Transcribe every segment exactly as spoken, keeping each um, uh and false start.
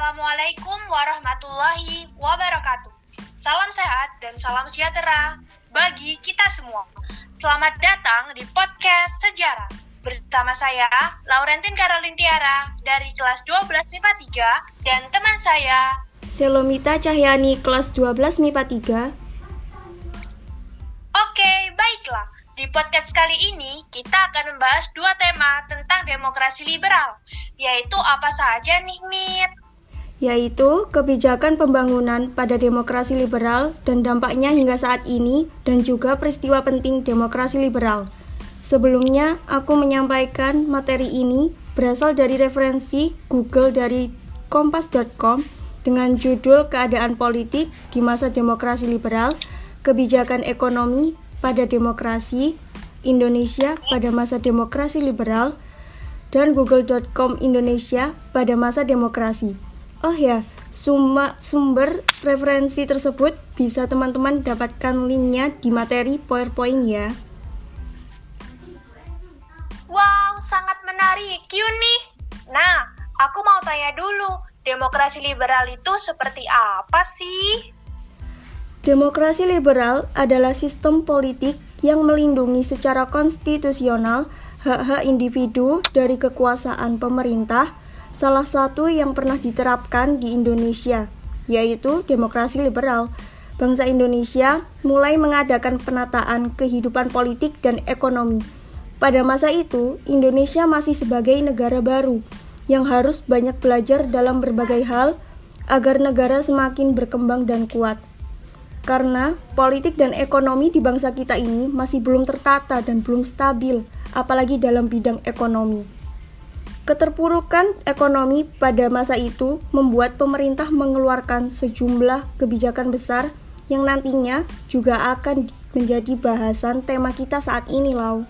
Assalamualaikum warahmatullahi wabarakatuh. Salam sehat dan salam sejahtera bagi kita semua. Selamat datang di podcast Sejarah. Bersama saya, Laurentin Karolin Tiara dari kelas dua belas M I P A tiga dan teman saya, Selomita Cahyani kelas dua belas M I P A tiga. Oke, baiklah. Di podcast kali ini, kita akan membahas dua tema tentang demokrasi liberal, yaitu apa saja nih, Mit? Yaitu kebijakan pembangunan pada demokrasi liberal dan dampaknya hingga saat ini, dan juga peristiwa penting demokrasi liberal. Sebelumnya, aku menyampaikan materi ini berasal dari referensi Google dari kompas dot com dengan judul Keadaan Politik di Masa Demokrasi Liberal, Kebijakan Ekonomi pada Demokrasi Indonesia pada Masa Demokrasi Liberal, dan google dot com Indonesia pada Masa Demokrasi. Oh ya, summa, sumber referensi tersebut bisa teman-teman dapatkan linknya di materi PowerPoint ya. Wow, sangat menarik, nih. Nah, aku mau tanya dulu, demokrasi liberal itu seperti apa sih? Demokrasi liberal adalah sistem politik yang melindungi secara konstitusional hak-hak individu dari kekuasaan pemerintah, salah satu yang pernah diterapkan di Indonesia, yaitu demokrasi liberal. Bangsa Indonesia mulai mengadakan penataan kehidupan politik dan ekonomi. Pada masa itu, Indonesia masih sebagai negara baru yang harus banyak belajar dalam berbagai hal agar negara semakin berkembang dan kuat. Karena politik dan ekonomi di bangsa kita ini masih belum tertata dan belum stabil, apalagi dalam bidang ekonomi. Keterpurukan ekonomi pada masa itu membuat pemerintah mengeluarkan sejumlah kebijakan besar yang nantinya juga akan menjadi bahasan tema kita saat ini, Lau.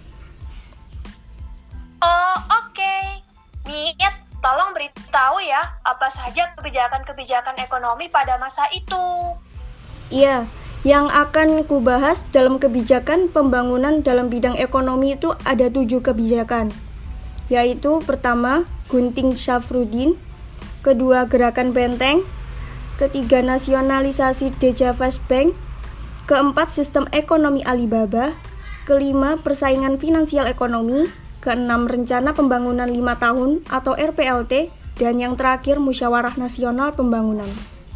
Oh, oke. Okay. Mit, tolong beritahu ya, apa saja kebijakan-kebijakan ekonomi pada masa itu? Iya, yang akan kubahas dalam kebijakan pembangunan dalam bidang ekonomi itu ada tujuh kebijakan, yaitu pertama, Gunting Syafruddin, kedua, Gerakan Benteng, ketiga, nasionalisasi Djavas Bank, keempat, sistem ekonomi Alibaba, kelima, persaingan finansial ekonomi, keenam, rencana pembangunan lima tahun atau R P L T, dan yang terakhir, musyawarah nasional pembangunan.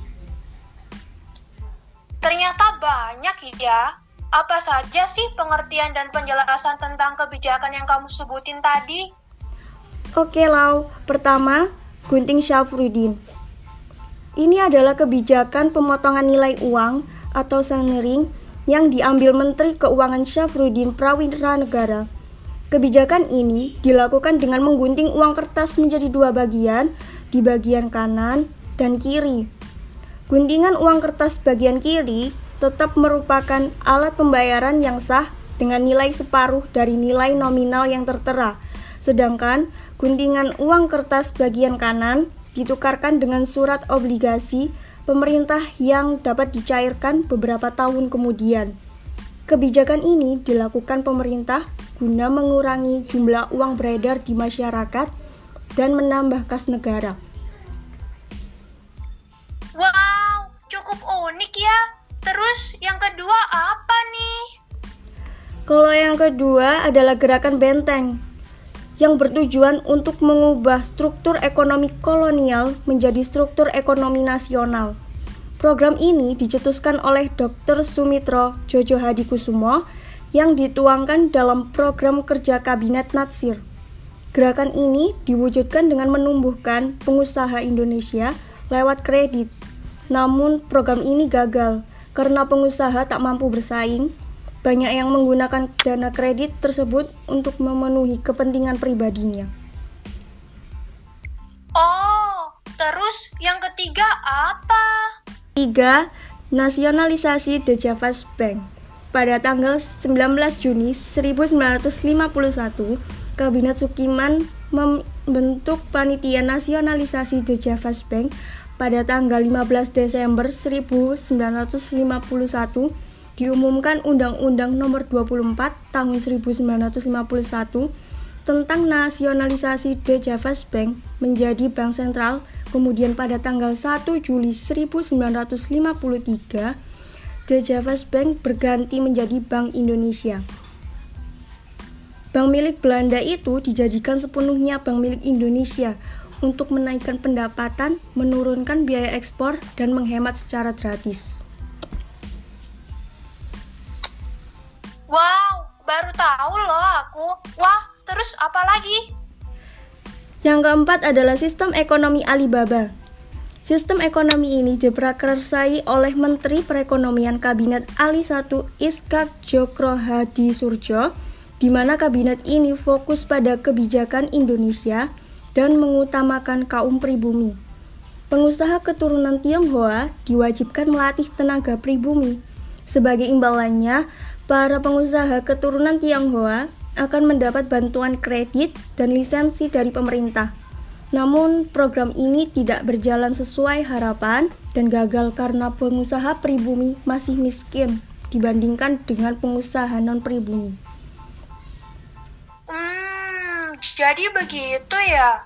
Ternyata banyak ya. Apa saja sih pengertian dan penjelasan tentang kebijakan yang kamu sebutin tadi? Oke, Lau. Pertama, Gunting Syafruddin. Ini adalah kebijakan pemotongan nilai uang atau sanering yang diambil Menteri Keuangan Syafruddin Prawirana. Kebijakan ini dilakukan dengan menggunting uang kertas menjadi dua bagian, di bagian kanan dan kiri. Guntingan uang kertas bagian kiri tetap merupakan alat pembayaran yang sah dengan nilai separuh dari nilai nominal yang tertera, sedangkan guntingan uang kertas bagian kanan ditukarkan dengan surat obligasi pemerintah yang dapat dicairkan beberapa tahun kemudian. Kebijakan ini dilakukan pemerintah guna mengurangi jumlah uang beredar di masyarakat dan menambah kas negara. Wow, cukup unik ya. Terus yang kedua apa nih? Kalau yang kedua adalah Gerakan Benteng, yang bertujuan untuk mengubah struktur ekonomi kolonial menjadi struktur ekonomi nasional. Program ini dicetuskan oleh dokter Sumitro Djojo Hadikusumo yang dituangkan dalam program kerja Kabinet Natsir. Gerakan ini diwujudkan dengan menumbuhkan pengusaha Indonesia lewat kredit. Namun program ini gagal karena pengusaha tak mampu bersaing. Banyak yang menggunakan dana kredit tersebut untuk memenuhi kepentingan pribadinya. Oh, terus yang ketiga apa? Tiga, nasionalisasi Djavas Bank. Pada tanggal sembilan belas Juni seribu sembilan ratus lima puluh satu, Kabinet Sukiman membentuk Panitia Nasionalisasi Djavas Bank. Pada tanggal lima belas Desember seribu sembilan ratus lima puluh satu, diumumkan Undang-Undang Nomor dua puluh empat Tahun seribu sembilan ratus lima puluh satu tentang nasionalisasi Djavas Bank menjadi bank sentral Kemudian pada tanggal satu Juli seribu sembilan ratus lima puluh tiga, De Javas Bank berganti menjadi Bank Indonesia. Bank milik Belanda itu dijadikan sepenuhnya bank milik Indonesia untuk menaikkan pendapatan, menurunkan biaya ekspor, dan menghemat secara gratis. Wow, baru tahu loh aku. Wah, terus apa lagi? Yang keempat adalah sistem ekonomi Alibaba. Sistem ekonomi ini diprakarsai oleh Menteri Perekonomian Kabinet Ali satu Iskak Jokro Hadisurdjo, di mana kabinet ini fokus pada kebijakan Indonesia dan mengutamakan kaum pribumi. Pengusaha keturunan Tionghoa diwajibkan melatih tenaga pribumi. Sebagai imbalannya, para pengusaha keturunan Tionghoa akan mendapat bantuan kredit dan lisensi dari pemerintah. Namun, program ini tidak berjalan sesuai harapan dan gagal karena pengusaha pribumi masih miskin dibandingkan dengan pengusaha non-pribumi. Hmm, jadi begitu ya.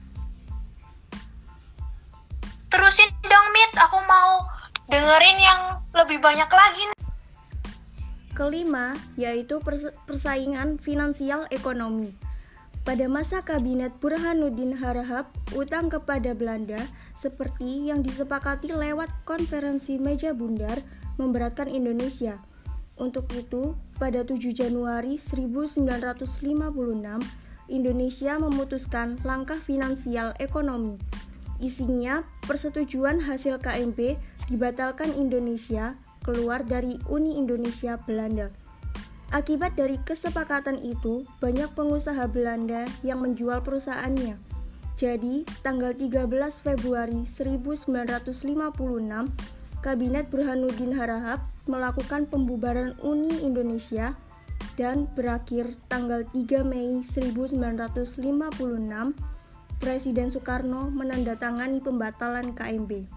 Terusin dong, Mit. Aku mau dengerin yang lebih banyak lagi. Kelima, yaitu pers- persaingan finansial ekonomi. Pada masa kabinet Burhanuddin Harahap, utang kepada Belanda seperti yang disepakati lewat konferensi meja bundar memberatkan Indonesia. Untuk itu, pada tujuh Januari seribu sembilan ratus lima puluh enam, Indonesia memutuskan langkah finansial ekonomi. Isinya, persetujuan hasil K M P dibatalkan Indonesia keluar dari Uni Indonesia Belanda. Akibat dari kesepakatan itu, banyak pengusaha Belanda yang menjual perusahaannya. Jadi, tanggal tiga belas Februari seribu sembilan ratus lima puluh enam, Kabinet Burhanuddin Harahap melakukan pembubaran Uni Indonesia dan berakhir tanggal tiga Mei seribu sembilan ratus lima puluh enam, Presiden Soekarno menandatangani pembatalan K M P.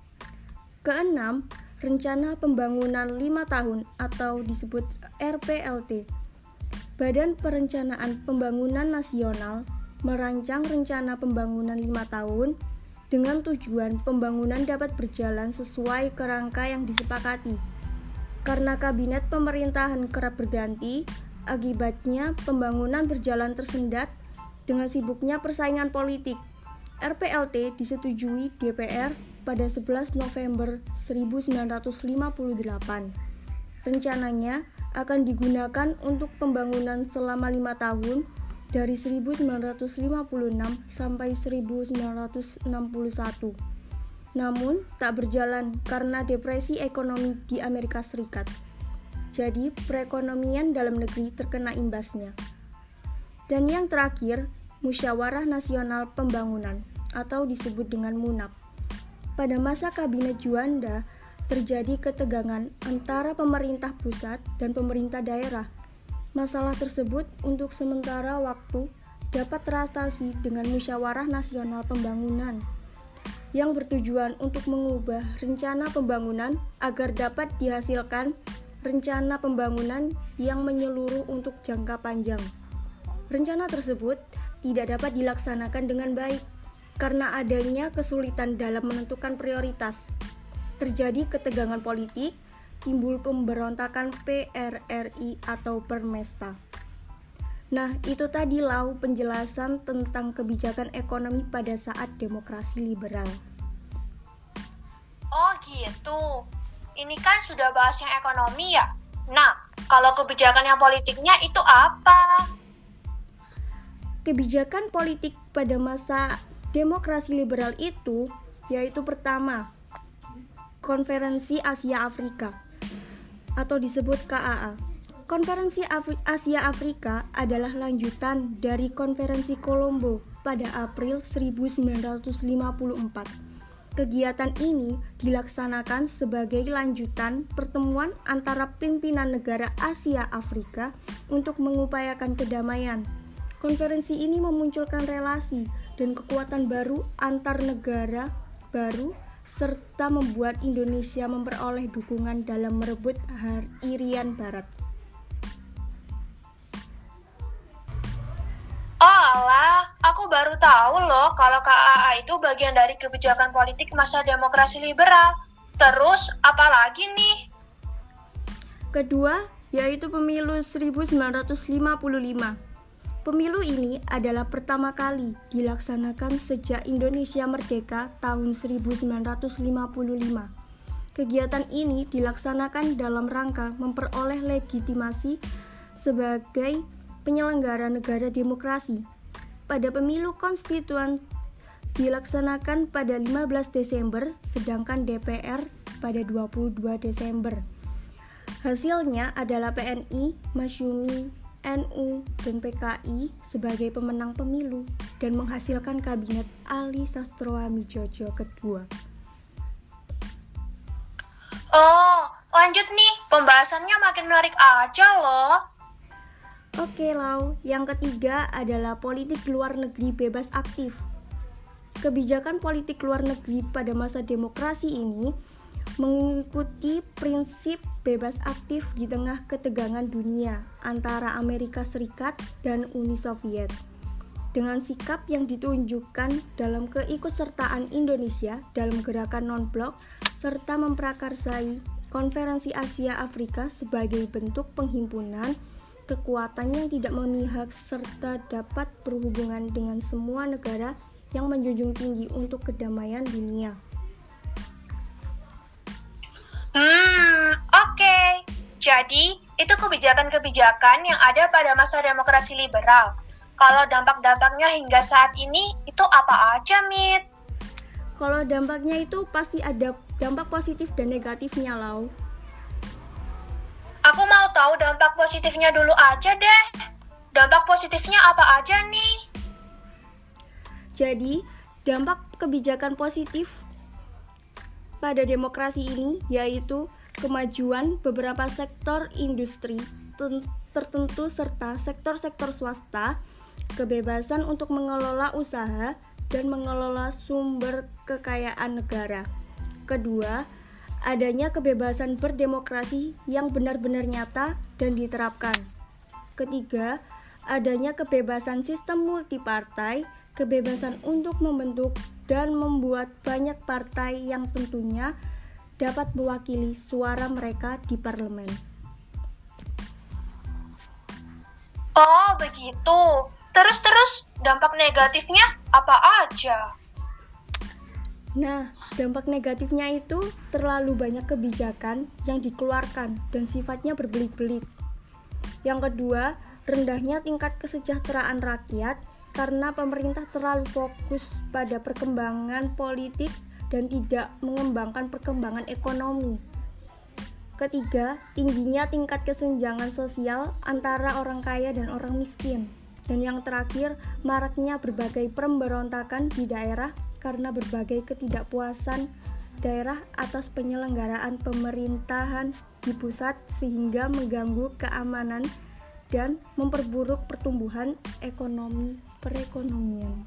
Keenam, Rencana Pembangunan lima tahun atau disebut R P L T. Badan Perencanaan Pembangunan Nasional merancang rencana pembangunan lima tahun dengan tujuan pembangunan dapat berjalan sesuai kerangka yang disepakati. Karena kabinet pemerintahan kerap berganti, akibatnya pembangunan berjalan tersendat dengan sibuknya persaingan politik. R P L T disetujui D P R pada sebelas November seribu sembilan ratus lima puluh delapan. Rencananya akan digunakan untuk pembangunan selama lima tahun dari seribu sembilan ratus lima puluh enam sampai seribu sembilan ratus enam puluh satu. Namun tak berjalan karena depresi ekonomi di Amerika Serikat. Jadi perekonomian dalam negeri terkena imbasnya. Dan yang terakhir, Musyawarah Nasional Pembangunan atau disebut dengan MUNAP. Pada masa Kabinet Juanda, terjadi ketegangan antara pemerintah pusat dan pemerintah daerah. Masalah tersebut untuk sementara waktu dapat teratasi dengan Musyawarah Nasional Pembangunan yang bertujuan untuk mengubah rencana pembangunan agar dapat dihasilkan rencana pembangunan yang menyeluruh untuk jangka panjang. Rencana tersebut tidak dapat dilaksanakan dengan baik karena adanya kesulitan dalam menentukan prioritas. Terjadi ketegangan politik, timbul pemberontakan P R R I atau Permesta. Nah, itu tadi lau penjelasan tentang kebijakan ekonomi pada saat demokrasi liberal. Oh gitu, ini kan sudah bahas yang ekonomi ya. Nah, kalau kebijakan yang politiknya itu apa? Kebijakan politik pada masa demokrasi liberal itu yaitu pertama, Konferensi Asia Afrika atau disebut K A A. Konferensi Afri- Asia Afrika adalah lanjutan dari Konferensi Kolombo pada April seribu sembilan ratus lima puluh empat. Kegiatan ini dilaksanakan sebagai lanjutan pertemuan antara pimpinan negara Asia Afrika untuk mengupayakan kedamaian. Konferensi ini memunculkan relasi dan kekuatan baru antar negara baru serta membuat Indonesia memperoleh dukungan dalam merebut Irian Barat. Oh alah, aku aku baru tahu loh kalau K A A itu bagian dari kebijakan politik masa demokrasi liberal. Terus, apa lagi nih? Kedua, yaitu pemilu seribu sembilan ratus lima puluh lima. Pemilu ini adalah pertama kali dilaksanakan sejak Indonesia merdeka tahun seribu sembilan ratus lima puluh lima. Kegiatan ini dilaksanakan dalam rangka memperoleh legitimasi sebagai penyelenggara negara demokrasi. Pada pemilu konstituan dilaksanakan pada lima belas Desember, sedangkan D P R pada dua puluh dua Desember. Hasilnya adalah P N I, Masyumi, N U, dan P K I sebagai pemenang pemilu dan menghasilkan kabinet Ali Sastroamidjojo kedua. Oh, lanjut nih, pembahasannya makin menarik aja loh. Oke Lau, yang ketiga adalah politik luar negeri bebas aktif. Kebijakan politik luar negeri pada masa demokrasi ini mengikuti prinsip bebas aktif di tengah ketegangan dunia antara Amerika Serikat dan Uni Soviet. Dengan sikap yang ditunjukkan dalam keikutsertaan Indonesia dalam gerakan non-blok serta memprakarsai Konferensi Asia Afrika sebagai bentuk penghimpunan kekuatan yang tidak memihak serta dapat berhubungan dengan semua negara yang menjunjung tinggi untuk kedamaian dunia. Hmm, oke. Okay. Jadi, itu kebijakan-kebijakan yang ada pada masa demokrasi liberal. Kalau dampak-dampaknya hingga saat ini, itu apa aja, Mit? Kalau dampaknya itu pasti ada dampak positif dan negatifnya, Lau. Aku mau tahu dampak positifnya dulu aja deh. Dampak positifnya apa aja nih? Jadi, dampak kebijakan positif pada demokrasi ini yaitu kemajuan beberapa sektor industri tertentu serta sektor-sektor swasta, kebebasan untuk mengelola usaha dan mengelola sumber kekayaan negara. Kedua, adanya kebebasan berdemokrasi yang benar-benar nyata dan diterapkan. Ketiga, adanya kebebasan sistem multipartai, kebebasan untuk membentuk dan membuat banyak partai yang tentunya dapat mewakili suara mereka di parlemen. Oh, begitu. Terus-terus, dampak negatifnya apa aja? Nah, dampak negatifnya itu terlalu banyak kebijakan yang dikeluarkan dan sifatnya berbelit-belit. Yang kedua, rendahnya tingkat kesejahteraan rakyat karena pemerintah terlalu fokus pada perkembangan politik dan tidak mengembangkan perkembangan ekonomi. Ketiga, tingginya tingkat kesenjangan sosial antara orang kaya dan orang miskin. Dan yang terakhir, maraknya berbagai pemberontakan di daerah karena berbagai ketidakpuasan daerah atas penyelenggaraan pemerintahan di pusat sehingga mengganggu keamanan dan memperburuk pertumbuhan ekonomi perekonomian.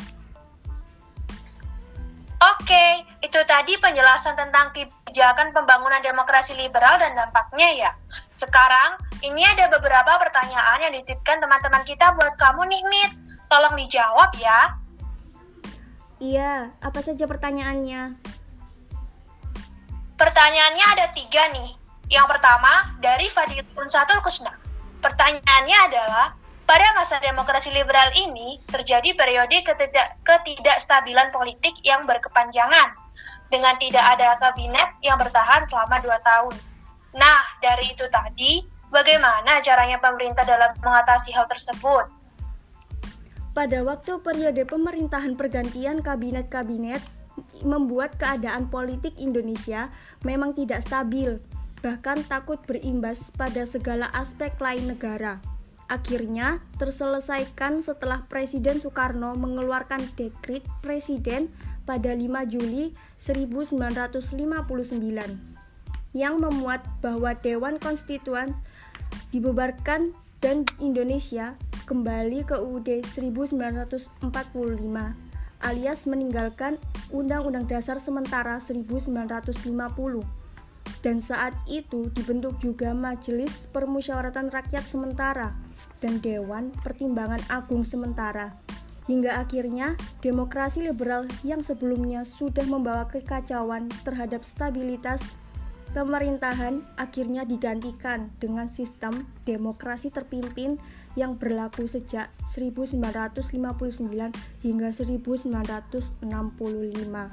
Oke, itu tadi penjelasan tentang kebijakan pembangunan demokrasi liberal dan dampaknya ya. Sekarang, ini ada beberapa pertanyaan yang dititipkan teman-teman kita buat kamu nih, Mit. Tolong dijawab ya. Iya, apa saja pertanyaannya? Pertanyaannya ada tiga nih. Yang pertama, dari Fadil Unsatul Kusna. Pertanyaannya adalah, pada masa demokrasi liberal ini, terjadi periode ketidak, ketidakstabilan politik yang berkepanjangan, dengan tidak ada kabinet yang bertahan selama dua tahun. Nah, dari itu tadi, bagaimana caranya pemerintah dalam mengatasi hal tersebut? Pada waktu periode pemerintahan pergantian kabinet-kabinet, membuat keadaan politik Indonesia memang tidak stabil, bahkan takut berimbas pada segala aspek lain negara. Akhirnya terselesaikan setelah Presiden Soekarno mengeluarkan dekret Presiden pada lima Juli seribu sembilan ratus lima puluh sembilan yang memuat bahwa Dewan Konstituan dibubarkan dan Indonesia kembali ke U U D seribu sembilan ratus empat puluh lima alias meninggalkan Undang-Undang Dasar Sementara seribu sembilan ratus lima puluh. Dan saat itu dibentuk juga Majelis Permusyawaratan Rakyat Sementara dan Dewan Pertimbangan Agung Sementara hingga akhirnya demokrasi liberal yang sebelumnya sudah membawa kekacauan terhadap stabilitas pemerintahan akhirnya digantikan dengan sistem demokrasi terpimpin yang berlaku sejak seribu sembilan ratus lima puluh sembilan hingga seribu sembilan ratus enam puluh lima.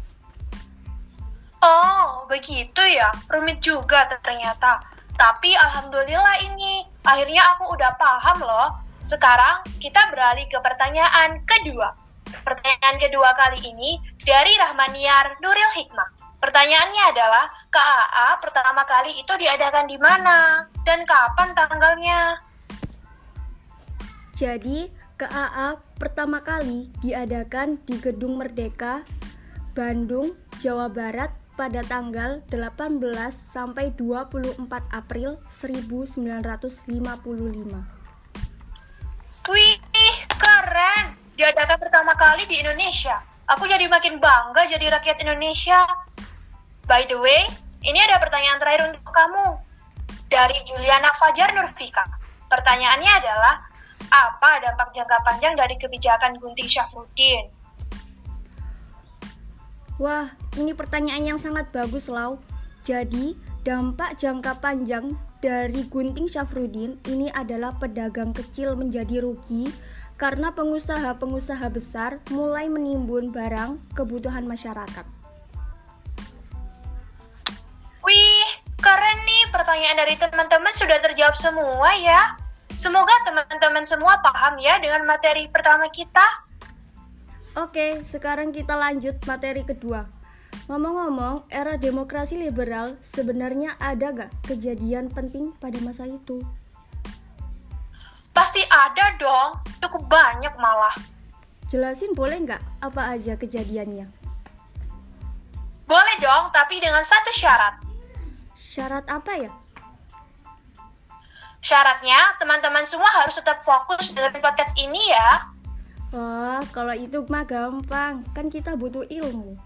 Oh, begitu ya. Rumit juga ternyata. Tapi alhamdulillah ini. Akhirnya aku udah paham loh. Sekarang kita beralih ke pertanyaan kedua. Pertanyaan kedua kali ini dari Rahmaniar Nuril Hikmah. Pertanyaannya adalah, K A A pertama kali itu diadakan di mana? Dan kapan tanggalnya? Jadi, K A A pertama kali diadakan di Gedung Merdeka, Bandung, Jawa Barat pada tanggal delapan belas sampai dua puluh empat April seribu sembilan ratus lima puluh lima. Wih, keren! Diadakan pertama kali di Indonesia. Aku jadi makin bangga jadi rakyat Indonesia. By the way, ini ada pertanyaan terakhir untuk kamu. Dari Juliana Fajar Nurfika. Pertanyaannya adalah, apa dampak jangka panjang dari kebijakan Gunting Syafruddin? Wah, ini pertanyaan yang sangat bagus, Lau. Jadi, dampak jangka panjang dari Gunting Syafruddin ini adalah pedagang kecil menjadi rugi karena pengusaha-pengusaha besar mulai menimbun barang kebutuhan masyarakat. Wih, keren nih, pertanyaan dari teman-teman sudah terjawab semua ya. Semoga teman-teman semua paham ya dengan materi pertama kita. Oke, sekarang kita lanjut materi kedua. Ngomong-ngomong, era demokrasi liberal sebenarnya ada gak kejadian penting pada masa itu? Pasti ada dong, cukup banyak malah. Jelasin boleh gak apa aja kejadiannya? Boleh dong, tapi dengan satu syarat. Syarat apa ya? Syaratnya, teman-teman semua harus tetap fokus dengan podcast ini ya. Wah, kalau itu mah gampang, kan kita butuh ilmu.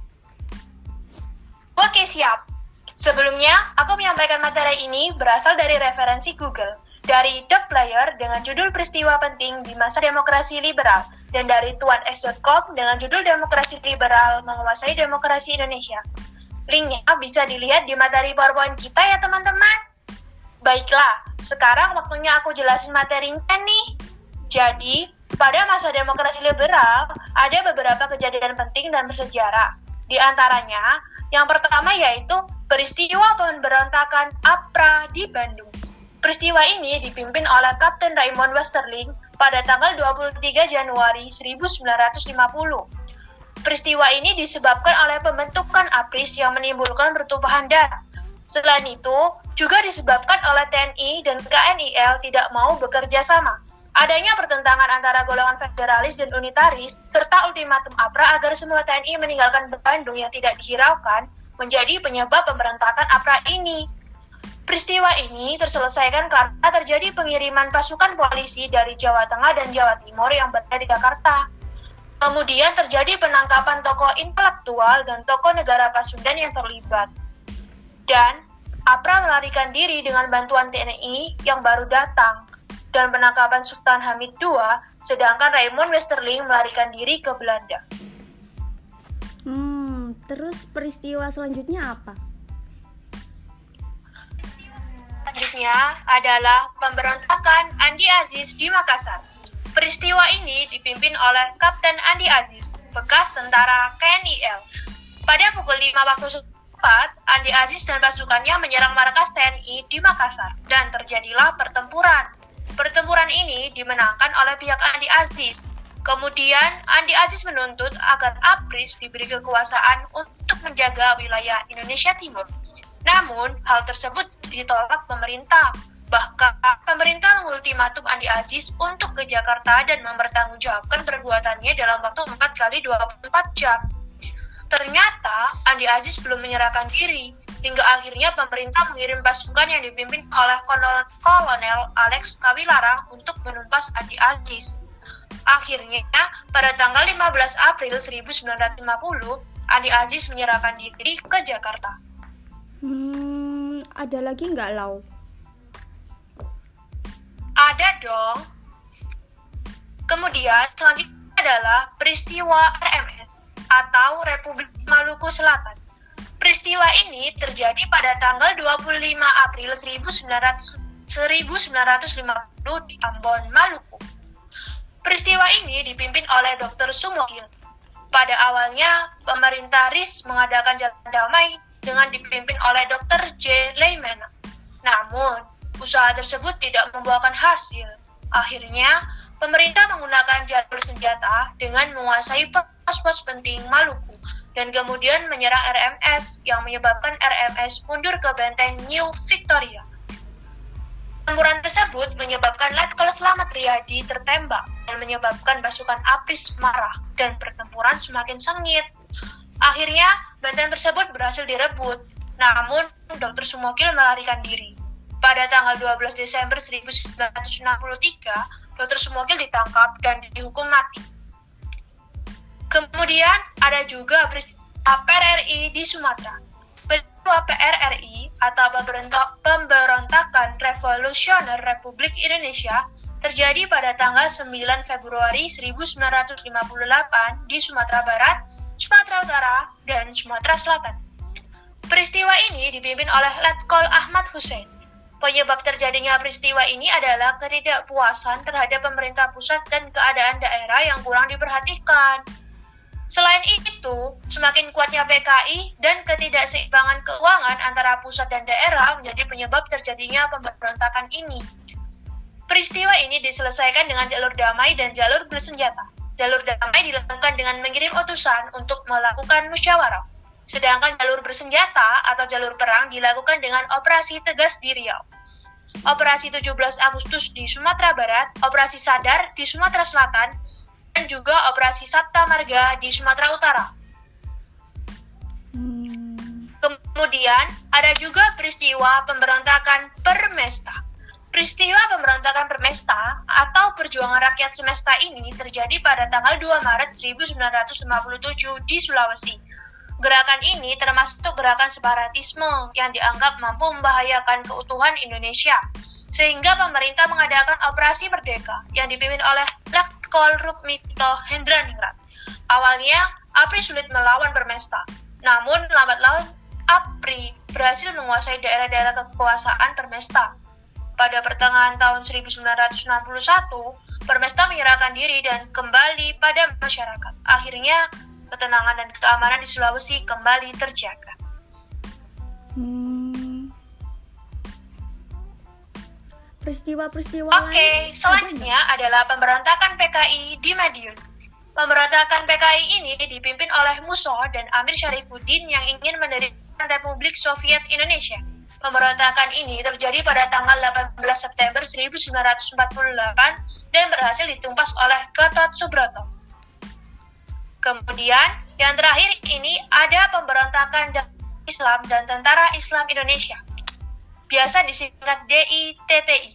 Oke, siap. Sebelumnya, aku menyampaikan materi ini berasal dari referensi Google, dari The Player dengan judul Peristiwa Penting di Masa Demokrasi Liberal, dan dari tuan x dot com dengan judul Demokrasi Liberal Menguasai Demokrasi Indonesia. Linknya bisa dilihat di materi PowerPoint kita ya teman-teman. Baiklah, sekarang waktunya aku jelasin materinya nih. Jadi, pada masa demokrasi liberal, ada beberapa kejadian penting dan bersejarah. Di antaranya, yang pertama yaitu peristiwa pemberontakan APRA di Bandung. Peristiwa ini dipimpin oleh Kapten Raymond Westerling pada tanggal dua puluh tiga Januari seribu sembilan ratus lima puluh. Peristiwa ini disebabkan oleh pembentukan APRIS yang menimbulkan pertumpahan darah. Selain itu, juga disebabkan oleh T N I dan K N I L tidak mau bekerja sama. Adanya pertentangan antara golongan federalis dan unitaris, serta ultimatum APRA agar semua T N I meninggalkan Bandung yang tidak dihiraukan, menjadi penyebab pemberontakan APRA ini. Peristiwa ini terselesaikan karena terjadi pengiriman pasukan polisi dari Jawa Tengah dan Jawa Timur yang berada di Jakarta. Kemudian terjadi penangkapan tokoh intelektual dan tokoh negara Pasundan yang terlibat. Dan APRA melarikan diri dengan bantuan T N I yang baru datang. Dan penangkapan Sultan Hamid kedua, sedangkan Raymond Westerling melarikan diri ke Belanda. Hmm, terus peristiwa selanjutnya apa? Selanjutnya adalah pemberontakan Andi Aziz di Makassar. Peristiwa ini dipimpin oleh Kapten Andi Aziz, bekas tentara K N I L. Pada pukul lima waktu setempat, Andi Aziz dan pasukannya menyerang markas T N I di Makassar, dan terjadilah pertempuran. Pertempuran ini dimenangkan oleh pihak Andi Aziz. Kemudian, Andi Aziz menuntut agar APRIS diberi kekuasaan untuk menjaga wilayah Indonesia Timur. Namun, hal tersebut ditolak pemerintah. Bahkan, pemerintah mengultimatum Andi Aziz untuk ke Jakarta dan mempertanggungjawabkan perbuatannya dalam waktu empat kali dua puluh empat jam. Ternyata, Andi Aziz belum menyerahkan diri. Hingga akhirnya pemerintah mengirim pasukan yang dipimpin oleh Kolonel Alex Kawilarang untuk menumpas Andi Aziz. Akhirnya, pada tanggal lima belas April seribu sembilan ratus lima puluh, Andi Aziz menyerahkan diri ke Jakarta. Hmm, ada lagi nggak, Lau? Ada dong. Kemudian, selanjutnya adalah peristiwa R M S atau Republik Maluku Selatan. Peristiwa ini terjadi pada tanggal dua puluh lima April seribu sembilan ratus lima puluh di Ambon, Maluku. Peristiwa ini dipimpin oleh dokter Sumokil. Pada awalnya, pemerintah R I S mengadakan jalan damai dengan dipimpin oleh dokter J. Leimena. Namun, usaha tersebut tidak membuahkan hasil. Akhirnya, pemerintah menggunakan jalur senjata dengan menguasai pos-pos penting Maluku dan kemudian menyerang R M S yang menyebabkan R M S mundur ke benteng New Victoria. Pertempuran tersebut menyebabkan Letkol Slamet Riyadi tertembak dan menyebabkan pasukan APRIS marah dan pertempuran semakin sengit. Akhirnya, benteng tersebut berhasil direbut, namun dokter Sumokil melarikan diri. Pada tanggal dua belas Desember seribu sembilan ratus enam puluh tiga, dokter Sumokil ditangkap dan dihukum mati. Kemudian ada juga peristiwa P R R I di Sumatera. Peristiwa P R R I atau Pemberontakan Revolusioner Republik Indonesia terjadi pada tanggal sembilan Februari seribu sembilan ratus lima puluh delapan di Sumatera Barat, Sumatera Utara, dan Sumatera Selatan. Peristiwa ini dipimpin oleh Letkol Ahmad Hussein. Penyebab terjadinya peristiwa ini adalah ketidakpuasan terhadap pemerintah pusat dan keadaan daerah yang kurang diperhatikan. Selain itu, semakin kuatnya P K I dan ketidakseimbangan keuangan antara pusat dan daerah menjadi penyebab terjadinya pemberontakan ini. Peristiwa ini diselesaikan dengan jalur damai dan jalur bersenjata. Jalur damai dilakukan dengan mengirim utusan untuk melakukan musyawarah. Sedangkan jalur bersenjata atau jalur perang dilakukan dengan operasi tegas di Riau. Operasi tujuh belas Agustus di Sumatera Barat, Operasi Sadar di Sumatera Selatan, dan juga Operasi Sabta Marga di Sumatera Utara. Hmm. Kemudian ada juga peristiwa pemberontakan Permesta. Peristiwa pemberontakan Permesta atau Perjuangan Rakyat Semesta ini terjadi pada tanggal dua Maret seribu sembilan ratus lima puluh tujuh di Sulawesi. Gerakan ini termasuk gerakan separatisme yang dianggap mampu membahayakan keutuhan Indonesia, sehingga pemerintah mengadakan Operasi Merdeka yang dipimpin oleh Letkol Rukmito Hendraningrat. Awalnya, APRI sulit melawan Permesta, namun lambat laun APRI berhasil menguasai daerah-daerah kekuasaan Permesta. Pada pertengahan tahun seribu sembilan ratus enam puluh satu, Permesta menyerahkan diri dan kembali pada masyarakat. Akhirnya, ketenangan dan keamanan di Sulawesi kembali terjaga. Hmm. Peristiwa-peristiwa Oke, okay, lain selanjutnya adalah pemberontakan P K I di Madiun. Pemberontakan P K I ini dipimpin oleh Musso dan Amir Syarifuddin yang ingin mendirikan Republik Soviet Indonesia. Pemberontakan ini terjadi pada tanggal delapan belas September seribu sembilan ratus empat puluh delapan dan berhasil ditumpas oleh Gatot Subroto. Kemudian, yang terakhir ini ada pemberontakan Islam dan Tentara Islam Indonesia. Biasa disingkat D I T T I.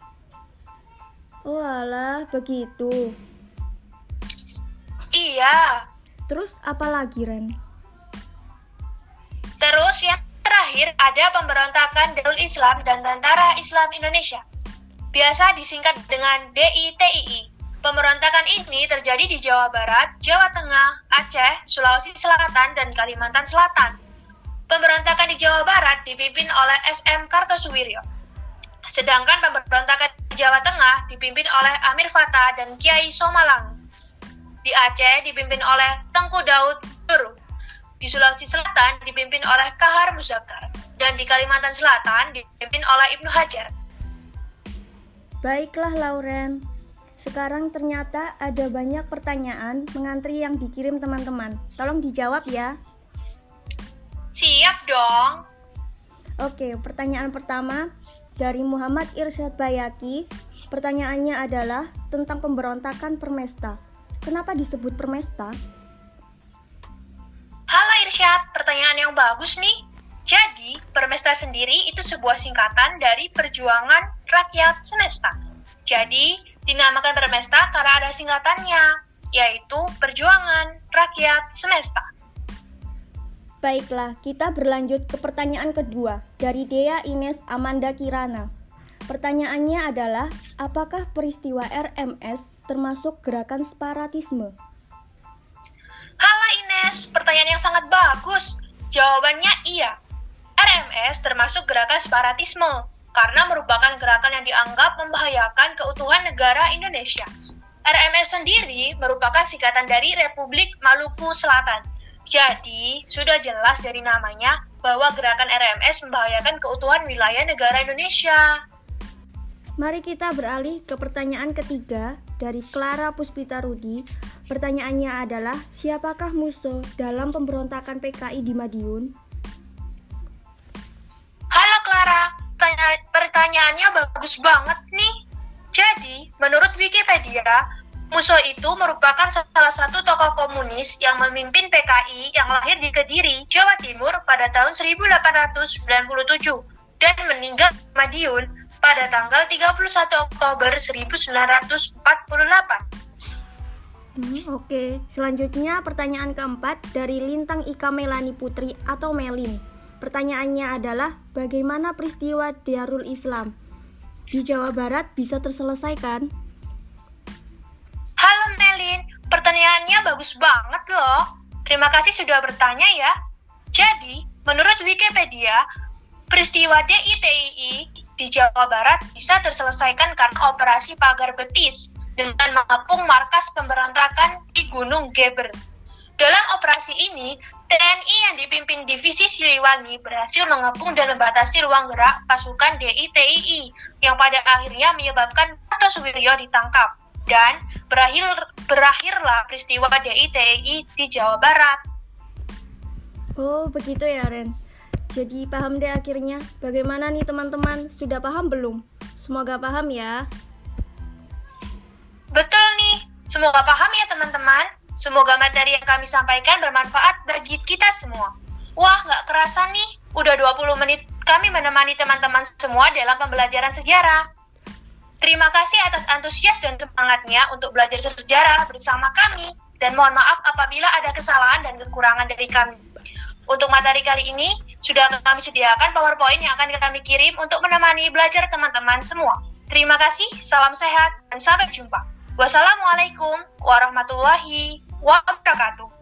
Oh alah, begitu. Iya. Terus apa lagi, Ren? Terus yang terakhir ada pemberontakan Darul Islam dan Tentara Islam Indonesia. Biasa disingkat dengan D I T I I. Pemberontakan ini terjadi di Jawa Barat, Jawa Tengah, Aceh, Sulawesi Selatan, dan Kalimantan Selatan. Pemberontakan di Jawa Barat dipimpin oleh S M Kartosuwiryo. Sedangkan pemberontakan di Jawa Tengah dipimpin oleh Amir Fattah dan Kiai Somalang. Di Aceh dipimpin oleh Tengku Daud Duru. Di Sulawesi Selatan dipimpin oleh Kahar Muzakar. Dan di Kalimantan Selatan dipimpin oleh Ibnu Hajar. Baiklah, Lauren. Sekarang ternyata ada banyak pertanyaan mengantri yang dikirim teman-teman. Tolong dijawab ya. Siap dong. Oke, pertanyaan pertama dari Muhammad Irsyad Bayaki. Pertanyaannya adalah tentang pemberontakan Permesta. Kenapa disebut Permesta? Halo Irsyad, pertanyaan yang bagus nih. Jadi, Permesta sendiri itu sebuah singkatan dari Perjuangan Rakyat Semesta. Jadi, dinamakan Permesta karena ada singkatannya, yaitu Perjuangan Rakyat Semesta. Baiklah, kita berlanjut ke pertanyaan kedua dari Dea Ines Amanda Kirana. Pertanyaannya adalah, apakah peristiwa R M S termasuk gerakan separatisme? Halo Ines, pertanyaan yang sangat bagus. Jawabannya iya. R M S termasuk gerakan separatisme karena merupakan gerakan yang dianggap membahayakan keutuhan negara Indonesia. R M S sendiri merupakan singkatan dari Republik Maluku Selatan. Jadi, sudah jelas dari namanya bahwa gerakan R M S membahayakan keutuhan wilayah negara Indonesia. Mari kita beralih ke pertanyaan ketiga dari Clara Puspita Rudi. Pertanyaannya adalah, siapakah musuh dalam pemberontakan P K I di Madiun? Halo Clara, Tanya- pertanyaannya bagus banget nih. Jadi, menurut Wikipedia, Musso itu merupakan salah satu tokoh komunis yang memimpin P K I yang lahir di Kediri, Jawa Timur pada tahun seribu delapan ratus sembilan puluh tujuh dan meninggal di Madiun pada tanggal tiga puluh satu Oktober seribu sembilan ratus empat puluh delapan. Hmm, Oke, selanjutnya pertanyaan keempat dari Lintang Ika Melani Putri atau Melin. Pertanyaannya adalah, bagaimana peristiwa Darul Islam di Jawa Barat bisa terselesaikan? Halo Melin, pertanyaannya bagus banget loh. Terima kasih sudah bertanya ya. Jadi, menurut Wikipedia, peristiwa D I T I I di Jawa Barat bisa terselesaikan karena operasi Pagar Betis dengan mengepung markas pemberontakan di Gunung Geber. Dalam operasi ini, T N I yang dipimpin Divisi Siliwangi berhasil mengepung dan membatasi ruang gerak pasukan D I T I I yang pada akhirnya menyebabkan Kartosuwiryo ditangkap. Dan berakhir berakhirlah peristiwa D I T I I di Jawa Barat. Oh, begitu ya, Ren. Jadi paham deh akhirnya. Bagaimana nih teman-teman? Sudah paham belum? Semoga paham ya. Betul nih, semoga paham ya teman-teman. Semoga materi yang kami sampaikan bermanfaat bagi kita semua. Wah, nggak kerasa nih, udah dua puluh menit kami menemani teman-teman semua dalam pembelajaran sejarah. Terima kasih atas antusias dan semangatnya untuk belajar sejarah bersama kami, dan mohon maaf apabila ada kesalahan dan kekurangan dari kami. Untuk materi kali ini, sudah kami sediakan PowerPoint yang akan kami kirim untuk menemani belajar teman-teman semua. Terima kasih, salam sehat, dan sampai jumpa. Wassalamualaikum warahmatullahi wabarakatuh.